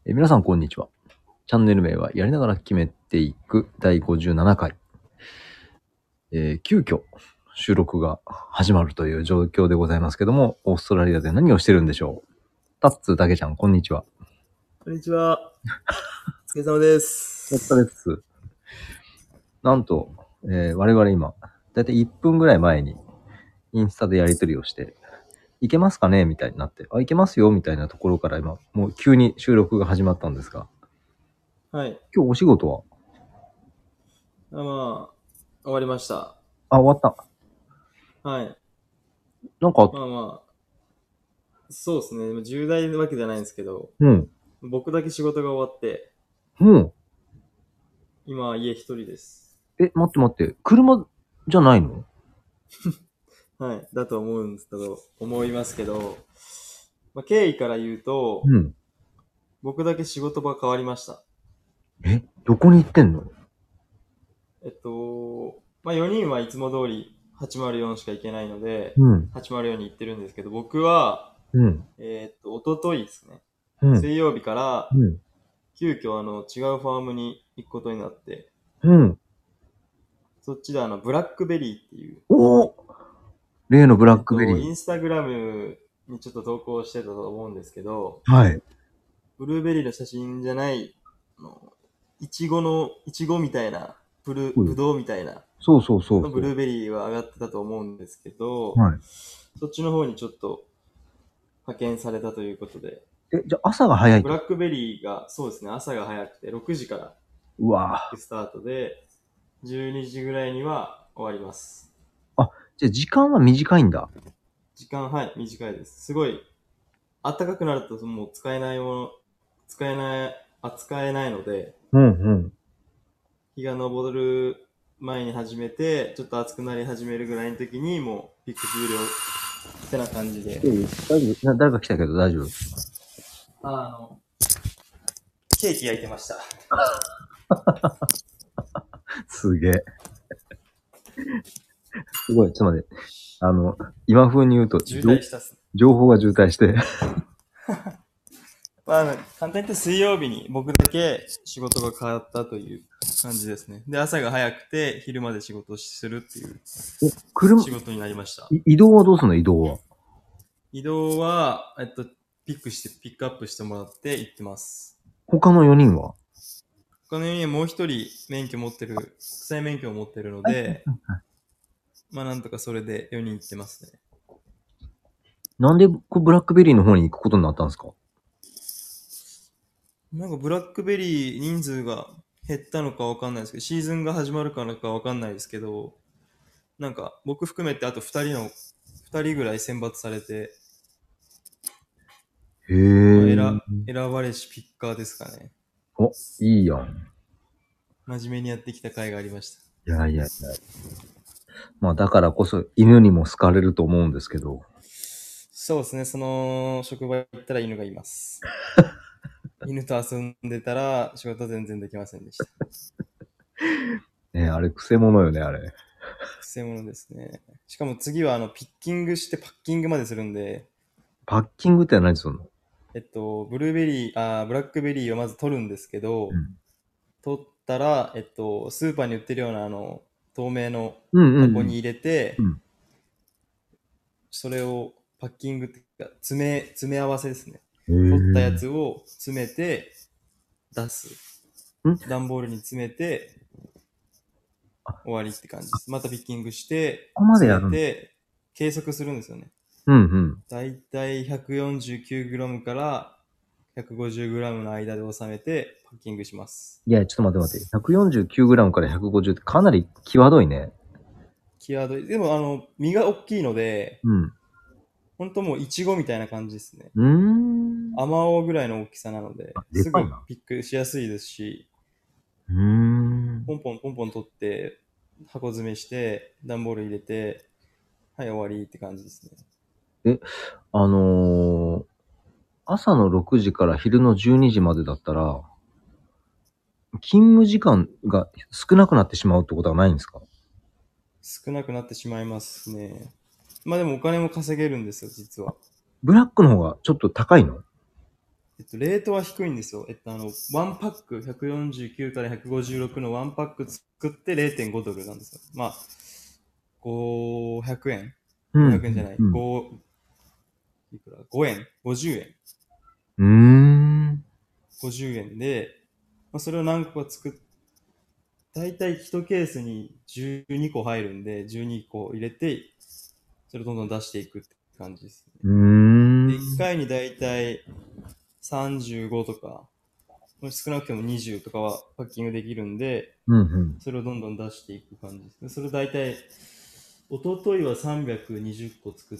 皆さんこんにちは。チャンネル名はやりながら決めていく第57回。急遽収録が始まるという状況でございますけども、オーストラリアで何をしてるんでしょう。タッツーだけちゃん、こんにちは。 こんにちは。お疲れ様です。 お疲れっす。なんと、我々今、だいたい1分ぐらい前にインスタでやり取りをして、いけますかねみたいになって、いけますよみたいなところから今、もう急に収録が始まったんですが、 はい。 今日お仕事は終わりました。 終わった。 はい。 なんか、 そうですね。重大なわけじゃないんですけど、 うん。 僕だけ仕事が終わって、 うん。 今は家一人です。 待って。車じゃないの？ はい。だと思いますけど、経緯から言うと、 うん。 僕だけ仕事場変わりました。 どこに行ってんの？ 4人はいつも通り804しか行けないので、 うん。 804に行ってるんですけど、僕は、 うん。 一昨日ですね。 うん。 水曜日からうん。 急遽違うファームに行くことになって、 うん。 そっちでブラックベリーっていう、 おー、例のブラックベリー。 インスタグラムにちょっと投稿してたと思うんですけど、 はい。 ブルーベリーの写真じゃない、いちごみたいな、ぶどうみたいな、 そうそうそうそう。 のブルーベリーは上がってたと思うんですけど、 はい。 そっちの方にちょっと派遣されたということで、 じゃあ朝が早いと。 ブラックベリーがそうですね、朝が早くて6時からうわスタートで、12時ぐらいには終わります。 ぁ。じゃあ時間は短いんだ。 時間、はい、短いです。すごい、暖かくなるともう扱えないので、 うんうん。 日が昇る前に始めて、ちょっと暑くなり始めるぐらいの時に、もうピック終了ってな感じで。 大丈夫？誰か来たけど大丈夫？ ケーキ焼いてました。 すげえ。すごい、ちょっと待って。今風に言うと、 渋滞したっすね。 情報が渋滞して。 簡単に言って水曜日に僕だけ仕事が変わったという感じですね。で、朝が早くて昼まで仕事をするっていう仕事になりました。 移動はどうすんの？移動は。 移動は、ピックアップしてもらって行ってます。 他の4人は？ 他の4人はもう一人国際免許を持ってるので、なんとかそれで4人行ってますね。 なんでブラックベリーの方に行くことになったんですか？ ブラックベリー人数が減ったのかわかんないですけど、シーズンが始まるからかわかんないですけど、僕含めてあと2人ぐらい選抜されて、 へー。 選ばれしピッカーですかね。 いいやん。 真面目にやってきた甲斐がありました。 いやいやいや。だからこそ犬にも好かれると思うんですけど。 そうですね、その職場行ったら犬がいます。犬と遊んでたら仕事全然できませんでした。 あれ、くせ者よね、あれ。 くせ者ですね。しかも次はピッキングしてパッキングまでするんで、 パッキングって何するの？ ブルーベリー、ブラックベリーをまず取るんですけど、取ったら、スーパーに売ってるような透明の箱に入れて、それをパッキングっていうか、詰め合わせですね。取ったやつを詰めて出す。段ボールに詰めて終わりって感じです。またピッキングして、詰めて、計測するんですよね。だいたい 149g から 150g の間で収めてパッキングします。 いや、ちょっと待って。149g から150ってかなり際どいね。 際どい。でも、身が大きいので、ほんともうイチゴみたいな感じですね。アマオぐらいの大きさなので、すぐピックしやすいですし、ポンポン取って、箱詰めして、段ボール入れて、はい、終わりって感じですね。 朝の6時から昼の12時までだったら、勤務時間が少なくなってしまうってことはないんですか？ 少なくなってしまいますね。でもお金も稼げるんですよ、実は。 ブラックの方がちょっと高いの？ レートは低いんですよ。ワンパック149から156のワンパック作って0.5ドルなんですよ。まあ、500円 ?500 円じゃない。5、いくら ?5 円 ?50 円。50円で、まあ、それを何個か作っ大体1ケースに12個入るんで、12個入れて、それをどんどん出していくって感じですね。で、1回に大体35とか、少なくても20とかはパッキングできるんで、それをどんどん出していく感じですね。それ大体、一昨日は320個作って、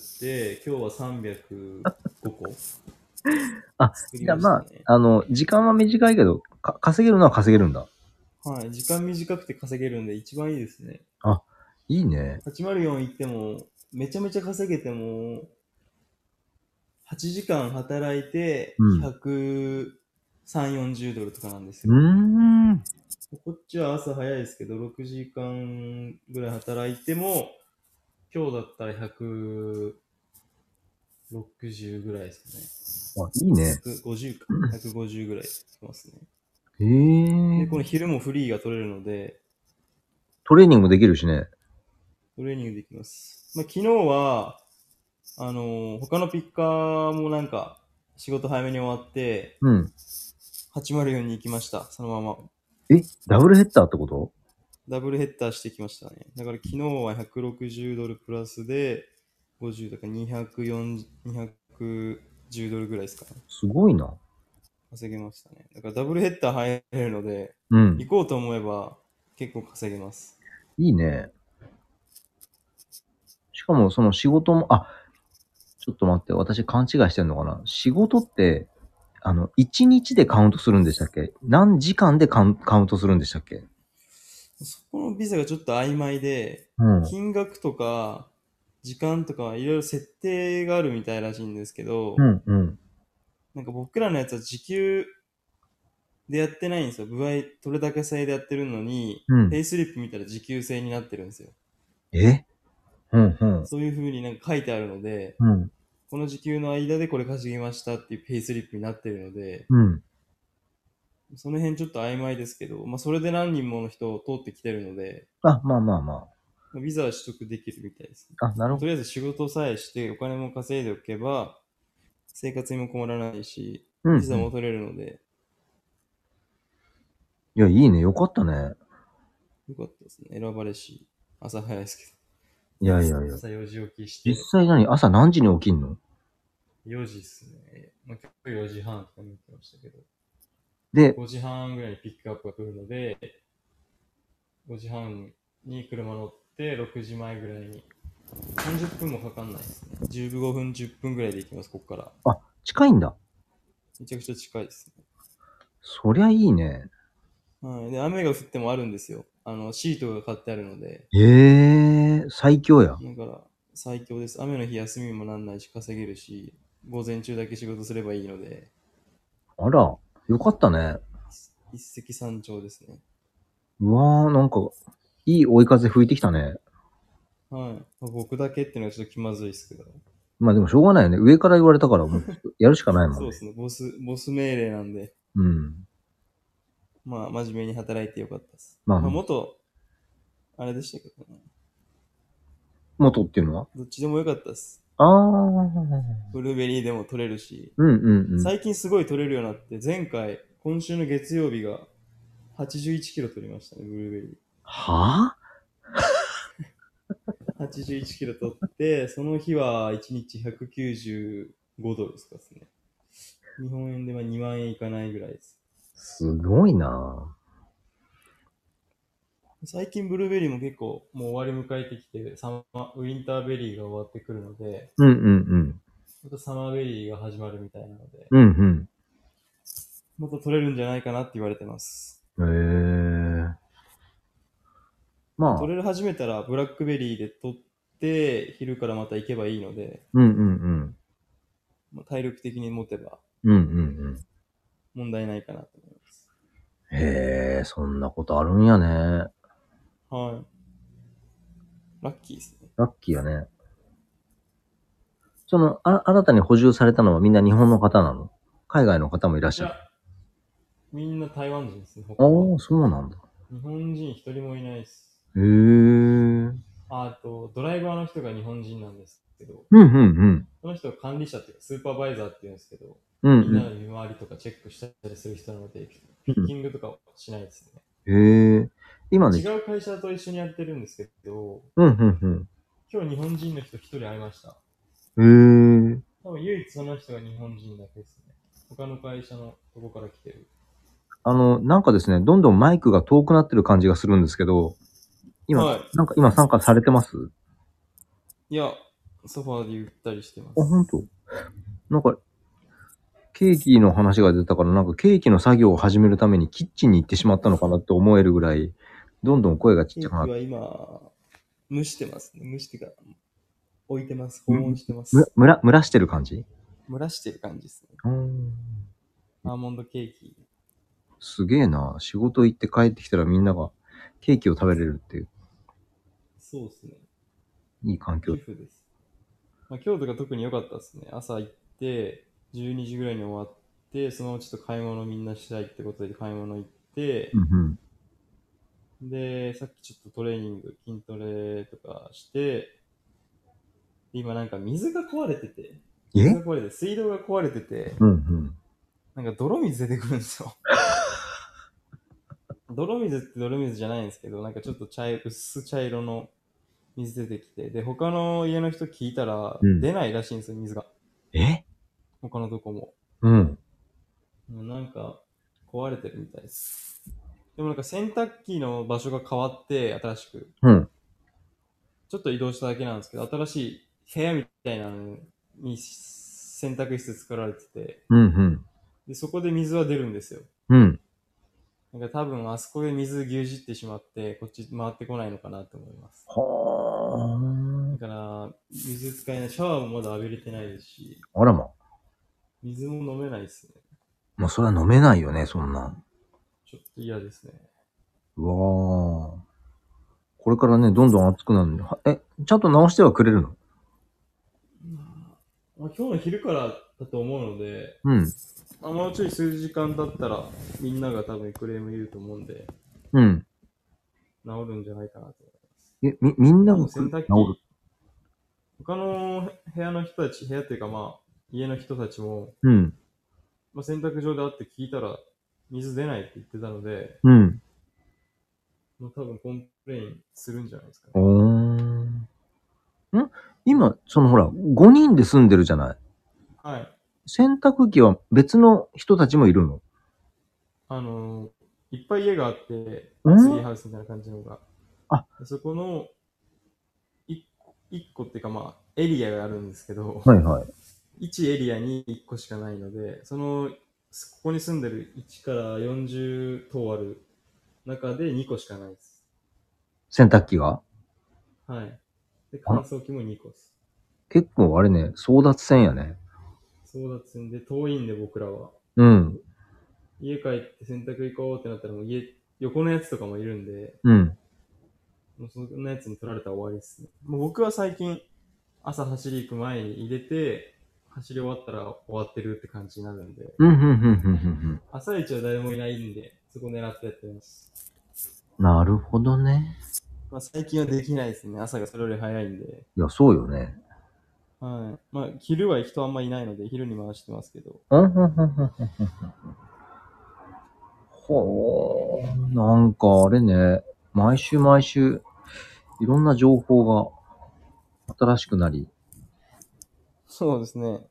今日は305個あ、 作りじゃあましたね。 時間は短いけど、稼げるのは稼げるんだ。 はい。時間短くて稼げるんで一番いいですね。 あ、いいね。 804行っても、めちゃめちゃ稼げても、8時間働いて、130、40ドルとかなんですよ。こっちは朝早いですけど、6時間ぐらい働いても、今日だったら160ぐらいですあ、いいね。 150か。150ぐらいきますね。で、この昼もフリーが取れるので、 トレーニングもできるしね。 トレーニングできます。まあ、昨日は、他のピッカーもなんか、仕事早めに終わって、804に行きました、そのまま。 ダブルヘッダーってこと？ ダブルヘッダーしてきましたね。だから昨日は160ドルプラスで、50だから240、210ドルぐらいですかね。 すごいな。 稼げましたね。だからダブルヘッダー入れるので、行こうと思えば結構稼げます。 いいね。しかもその仕事も、ちょっと待って、私勘違いしてんのかな。仕事って、1日でカウントするんでしたっけ？何時間でカウントするんでしたっけ？ そこのビザがちょっと曖昧で、金額とか時間とかいろいろ設定があるみたいらしいんですけど、なんか僕らのやつは時給でやってないんですよ。歩合取れ高制でやってるのに、ペイスリップ見たら時給制になってるんですよ。そういう風になんか書いてあるので、この時給の間でこれ稼ぎましたっていうペイスリップになってるので、その辺ちょっと曖昧ですけど、まあそれで何人もの人を通ってきてるので、ビザは取得できるみたいです、ね。 なるほど。 とりあえず仕事さえしてお金も稼いでおけば、生活にも困らないし、ビザも取れるので。 いや、いいね。よかったね。 よかったですね。選ばれし、朝早いですけど。 いやいやいや。 朝4時起きして。 実際朝何時に起きんの？ 4時っすね。まあ、今日4時半とか見てましたけど。 で、 5時半ぐらいにピックアップが来るので、5時半に車乗って6時前ぐらいに30分もかかんないですね。15分、10分ぐらいで行きます、ここから。 近いんだ。 めちゃくちゃ近いですね。 そりゃいいね。 はい。で、雨が降ってもあるんですよ。シートが買ってあるので。 最強や。 だから、最強です。雨の日休みもなんないし、稼げるし、午前中だけ仕事すればいいので。 あら、よかったね。 一石三鳥ですね。 うわー、なんか、いい追い風吹いてきたね。 はい。僕だけっていうのはちょっと気まずいですけど。 まあでもしょうがないよね。上から言われたから、もうやるしかないもんね。 そうですね。ボス命令なんで。まあ、真面目に働いてよかったです。まあ、元、あれでしたけどね。 元っていうのはどっちでもよかったです。ブルーベリーでも取れるし。最近すごい取れるようになって、今週の月曜日が81キロ取りましたね、ブルーベリー。 はぁ ?81 キロ取って、その日は1日195ドルですかね。日本円では2万円いかないぐらいです。 すごいな最近ブルーベリーも結構もう終わり迎えてきて、ウィンターベリーが終わってくるので、またサマーベリーが始まるみたいなので、また取れるんじゃないかなって言われてます。まあ、取れる始めたらブラックベリーで取って、昼からまた行けばいいので、まあ、体力的に持てば、問題ないかなと思います。 へえ、そんなことあるんやね。 はい。ラッキーですね。 ラッキーやね。新たに補充されたのはみんな日本の方なの？ 海外の方もいらっしゃる？ いや、みんな台湾人ですね、 ああ、 他は。 そうなんだ。 日本人一人もいないです。 へえ。 あと、ドライバーの人が日本人なんですけど、 うん、うん、うん。 その人は管理者っていうか、スーパーバイザーって言うんですけど、 うん、 みんなのう見回りとかチェックしたりする人なので、 ん。 ピッキングとかはしないですね。 へえ。今ね、 違う会社と一緒にやってるんですけど、 うん、うん、 今日日本人の人一人会いました。 うん。へえ。 多分唯一その人が日本人だけですね。他の会社のとこから来てる。 なんかですね、どんどんマイクが遠くなってる感じがするんですけど、今、 はなんか今参加されてます？ い。いや、ソファーでゆったりしてまあ、本当？ す。 なんか、ケーキの話が出たから、なんかケーキの作業を始めるためにキッチンに行ってしまったのかなって思えるぐらい、どんどん声がちっケーちゃくなって、 キは今、蒸してますね。蒸してか、置いてます。保温む、 してます。 蒸らしてる感じ？ 蒸らしてる感じですね。 うーん。 アーモンドケーキ。 すげえな。仕事行って帰ってきたらみんながケーキを食べれるっていう、 そうですね。 いい環境。 主婦です。まあ、今日とか特に良かったですね。朝行って、12時ぐらいに終わって、そのままちょっと買い物みんなしたいってことで買い物行って、 うんうん。 で、さっきちょっとトレーニング、筋トレとかして、今なんか水が壊れてて、水がえ？ 壊れて、水道が壊れてて、 うんうん。 なんか泥水出てくるんですよ。泥水って泥水じゃないんですけど、なんかちょっと薄茶色の水出てきて、で、他の家の人聞いたらうん。 出ないらしいんですよ、水が。 え？ 他のとこも。 うん。 もうなんか壊れてるみたいです。でもなんか洗濯機の場所が変わって、新しく。 うん。 ちょっと移動しただけなんですけど、新しい部屋みたいなのに洗濯室作られてて、 うんうん。 で、そこで水は出るんですよ。 うん。 なんか多分あそこで水牛耳ってしまって、こっち回ってこないのかなと思います。だはから、水使えない。シャワーもまだ浴びれてないですし、 あ。あらま。 水も飲めないですね。 まあ、それは飲めないよね、そんな。 ちょっと嫌ですね。 うわあ。これからね、どんどん暑くなるんで。ちゃんと直してはくれるの？ まあ、今日の昼からだと思うので、 うん。 もうちょい数時間経ったら、みんなが多分クレーム言うと思うんで、 うん。 治るんじゃないかなと思います。 みんな多分洗が治る？ 濯機、他の部屋の人たち、部屋っていうかまあ、家の人たちも、 うん。 まあ、洗濯場で会って聞いたら、水出ないって言ってたので、 うん。 もう多分コンプレインするんじゃないですかね。 おーん。今、ほら、5人で住んでるじゃない。 はい。 洗濯機は別の人たちもいるの？ あのーいっぱい家があって、 うん。 ツリーハウスみたいな感じのが。 あ、 そこの一個っていうかまあ、エリアがあるんですけど、 はいはい。 1エリアに1個しかないので、ここに住んでる1から40棟ある中で2個しかないです。 洗濯機が？ はい。で、 あら、 乾燥機も2個です。 結構あれね、争奪戦やね。 争奪戦で遠いんで僕らは。 うん。 家帰って洗濯行こうってなったらもう横のやつとかもいるんで、 うん。 もうそんなやつに取られたら終わりですね。もう僕は最近朝走り行く前に入れて、走り終わったら終わってるって感じになるんで、 うん、うん、うん、うん、うん。 朝一は誰もいないんで、そこ狙ってやってます。 なるほどね。 まあ最近はできないですね。朝がそれより早いんで。 いや、そうよね。 はい。まあ昼は人あんまいないので、昼に回してますけど。 うん、うん、うん、うん。ほー、なんかあれね、毎週毎週、いろんな情報が新しくなり、 そうですね。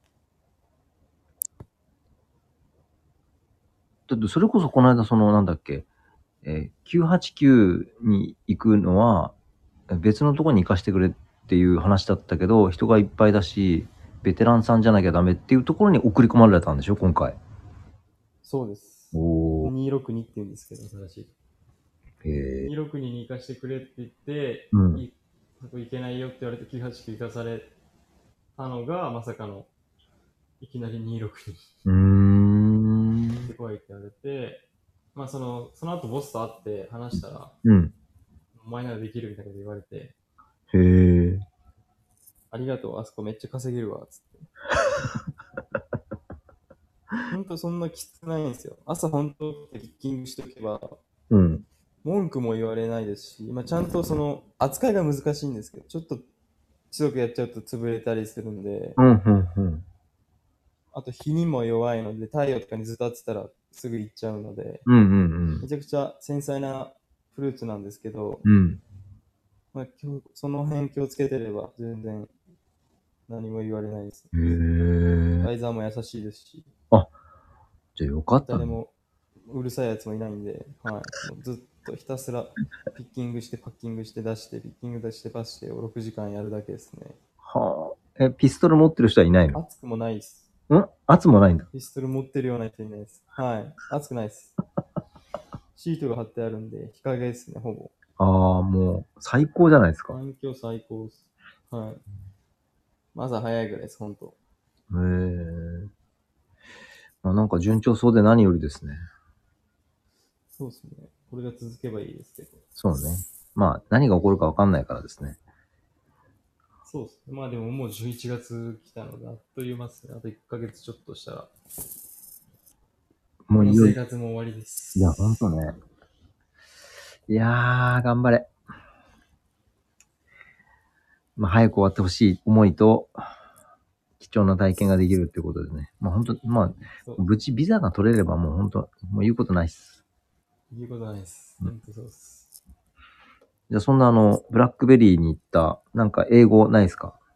だってそれこそこの間なんだっけ、989に行くのは、別のところに行かしてくれっていう話だったけど、人がいっぱいだし、ベテランさんじゃなきゃダメっていうところに送り込まれたんでしょ、今回。 そうです。 おー。 262って言うんですけど、新しい。 え 262に行かしてくれって言って、 うん。 そこ行けないよって言われて989行かされたのが、まさかの、いきなり262 うーん。 ってこいって言われて、まあその後ボスと会って話したら、 うん。 お前ならできるみたいなこと言われて、 へえ。 ありがとう、あそこめっちゃ稼げるわ、つって。 ほんとそんなきつくないんですよ。朝本当ピッキングしとけば、 うん。 文句も言われないですし、ちゃんとその扱いが難しいんですけど、ちょっと強くやっちゃうと潰れたりするんで、 うん、うん、うん。 あと日にも弱いので、太陽とかにずっと当てたらすぐ行っちゃうので、 うん、うん、 めちゃくちゃ繊細なフルーツなんですけど、 うん。 その辺気をつけてれば全然何も言われないです。 うん。へえ。 相沢も優しいですし、 あ、じゃあよかったね。 誰もうるさいやつもいないんで、はい、もうずっとひたすらピッキングして、パッキングして、出して、ピッキング出して、パスしてを6時間やるだけですね。 はあ。ピストル持ってる人はいないの？ 熱くもないです。 圧もないんだ。 ピストル持ってるような人いないです。はい。熱くないです。シートが貼ってあるんで、日陰ですね、ほぼ。 ああ、もう、最高じゃないですか。 環境最高です。はい。朝早いぐらいです、ほんと。 へえ。まあ、なんか順調そうで何よりですね。 そうですね。これが続けばいいですけど。 そうね。まあ、何が起こるかわかんないからですね。 そうですね。でももう11月来たので、あっという間ですね。あと1ヶ月ちょっとしたら、このもういよいよ。 生活も終わりでいや、ほんとす。 ね。いやー、頑張れ。まあ、早く終わってほしい思いと、貴重な体験ができるってことでね。まあ、本当まあ、 そう。 無事ビザが取れればもう本当もう言うことないっす。 言うことないです。 うん、 ほんとそうです。 じゃあそんなブラックベリーに行った、なんか英語ないっすか？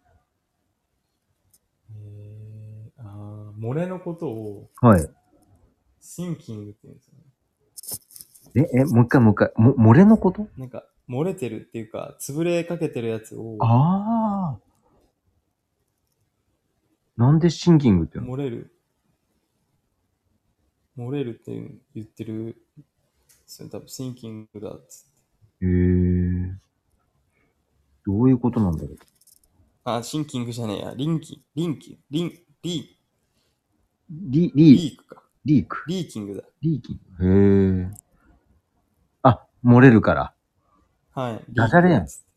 漏れのことを、 はい。 シンキングって言うんですよね。 もう一回もう一回。漏れのこと？ なんか、漏れてるっていうか、潰れかけてるやつを、 ああー。なんでシンキングっていうの？ 漏れる、漏れるって言ってる、それ多分シンキングだっつって。 へえ。どういうことなんだろう。 シンキングじゃねえや。リンキ、リンキ、リン、リ、 リ、リ、 リークか。 リーク。 リーキングだ。 リーキング。へえ。あ、漏れるから。 はい。リーダジャレやん。 クだっつって。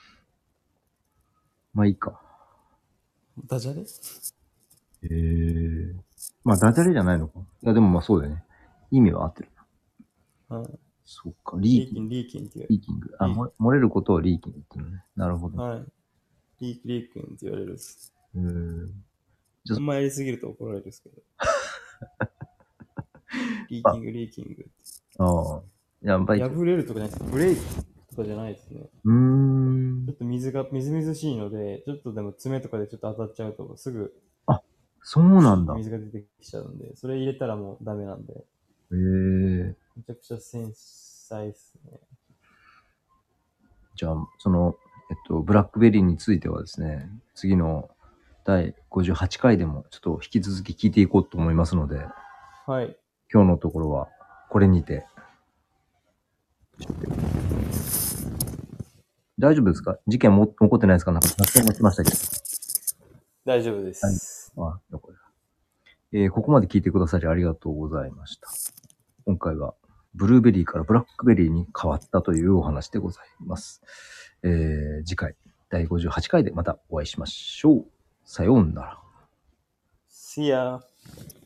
まあいいか。 ダジャレ。 へえ。まあダジャレじゃないのか。いやでもまあそうだよね。意味は合ってる。 はい。 そっか。リーキング。 リーキンって言われる。 リーキング。あ、 リー漏れることをリーキングっていうのね。なるほど。 ク。はい。リーキンって言われるっす。 へえ。じゃあんまやりすぎると怒られるんですけど。 あ、 リーキング。 ああ。やっぱり、 破れるとかじゃないです。ブレイクとかじゃないですね。 うーん。 ちょっと水が、みずみずしいので、ちょっとでも爪とかでちょっと当たっちゃうと、すぐあ、そうなんだ。 水が出てきちゃうんで、それ入れたらもうダメなんで、 へえ。 めちゃくちゃ繊細っすね。 じゃあ、ブラックベリーについてはですね、次の第58回でもちょっと引き続き聞いていこうと思いますので、 はい。 今日のところはこれにて。大丈夫ですか？事件も起こってないですか？なんか脱線もしましたけど。 大丈夫ではい。 す。 あ、よかった。ここまで聞いてくださりありがとうございました。今回はブルーベリーからブラックベリーに変わったというお話でございます。次回第58回でまたお会いしましょう。さようなら。 See ya.